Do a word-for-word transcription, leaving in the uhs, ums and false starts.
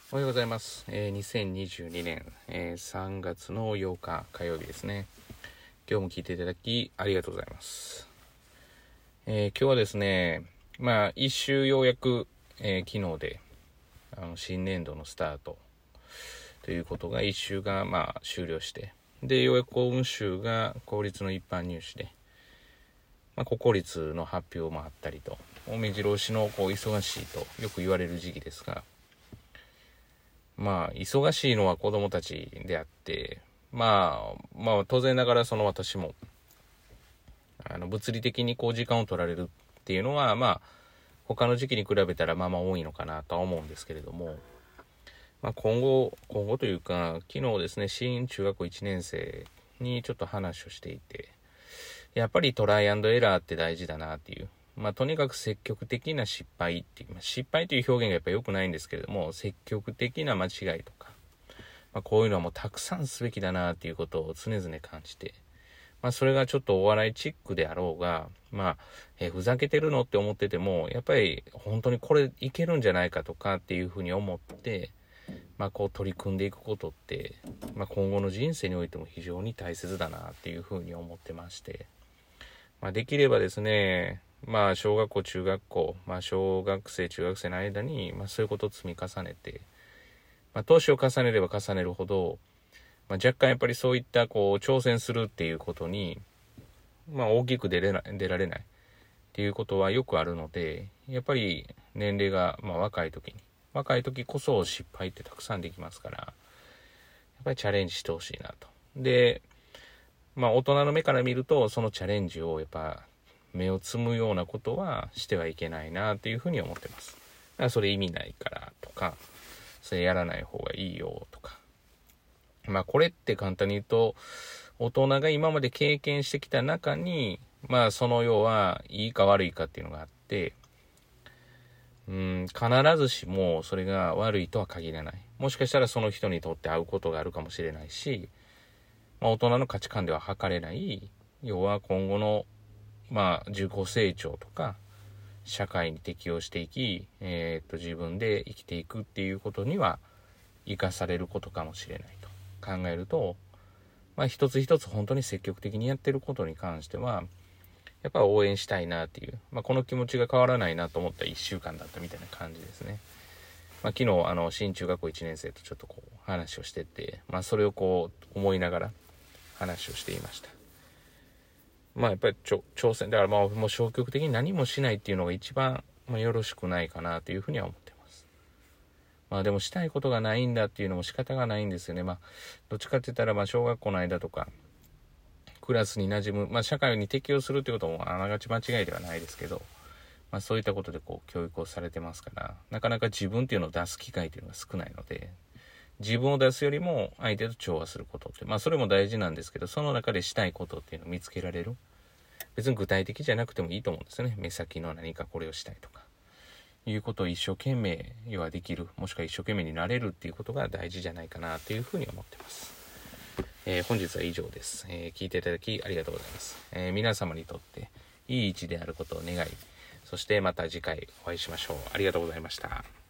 おはようございます。えー、にせんにじゅうにねん、えー、さんがつのようか火曜日ですね。今日も聞いていただきありがとうございます。えー、今日はですね、まあ一週ようやく、えー、昨日であの新年度のスタートということが一週がまあ終了して、でようやく今週が公立の一般入試で、まあ、国公立の発表もあったりと、目白押しのこう忙しいとよく言われる時期ですが、まあ忙しいのは子供たちであって、まあまあ当然ながらその私もあの物理的にこう時間を取られるっていうのはまあ他の時期に比べたらまあまあ多いのかなとは思うんですけれども、まあ、今後今後というか昨日ですね、新中学校いちねん生にちょっと話をしていて、やっぱりトライアンドエラーって大事だなっていう、まあとにかく積極的な失敗っていう、まあ、失敗という表現がやっぱり良くないんですけれども、積極的な間違いとか、まあ、こういうのはもうたくさんすべきだなっていうことを常々感じて、まあそれがちょっとお笑いチックであろうが、まあ、えー、ふざけてるのって思ってても、やっぱり本当にこれいけるんじゃないかとかっていうふうに思って、まあこう取り組んでいくことって、まあ今後の人生においても非常に大切だなっていうふうに思ってまして、まあできればですね、まあ小学校中学校、まあ小学生中学生の間に、まあそういうことを積み重ねて、まあ年を重ねれば重ねるほど、まあ、若干やっぱりそういったこう挑戦するっていうことに、まあ大きく出れない、出られないっていうことはよくあるので、やっぱり年齢がまあ若い時に、若い時こそ失敗ってたくさんできますから、やっぱりチャレンジしてほしいなと。で、まあ大人の目から見ると、そのチャレンジをやっぱ目をつむようなことはしてはいけないなっていうふうに思ってます。だからそれ意味ないからとか、それやらない方がいいよとか。まあこれって簡単に言うと、大人が今まで経験してきた中に、まあその要はいいか悪いかっていうのがあって、うん、必ずしもそれが悪いとは限らない。もしかしたらその人にとって合うことがあるかもしれないし、まあ、大人の価値観では測れない、要は今後のまあ自己成長とか社会に適応していき、えー、っと自分で生きていくっていうことには生かされることかもしれないと考えると、まあ一つ一つ本当に積極的にやってることに関してはやっぱり応援したいなっていう、まあ、この気持ちが変わらないなと思ったいっしゅうかんだったみたいな感じですね。まあ、昨日あの新中学校いちねん生とちょっとこう話をしてて、まあ、それをこう思いながら話をしていました。まあやっぱりちょ挑戦だから、まあもう消極的に何もしないっていうのが一番、まあ、よろしくないかなというふうには思ってます。まあでもしたいことがないんだっていうのも仕方がないんですよね。まあどっちかって言ったらまあ小学校の間とかクラスに馴染む、まあ社会に適応するっていうこともあながち間違いではないですけど、まあそういったことでこう教育をされてますから、なかなか自分っていうのを出す機会っていうのが少ないので、自分を出すよりも相手と調和することって、まあそれも大事なんですけど、その中でしたいことっていうのを見つけられる。別に具体的じゃなくてもいいと思うんですよね。目先の何かこれをしたいとかいうことを一生懸命要はできる、もしくは一生懸命になれるっていうことが大事じゃないかなというふうに思ってます。えー、本日は以上です、えー、聞いていただきありがとうございます。えー、皆様にとっていい位置であることを願い、そしてまた次回お会いしましょう。ありがとうございました。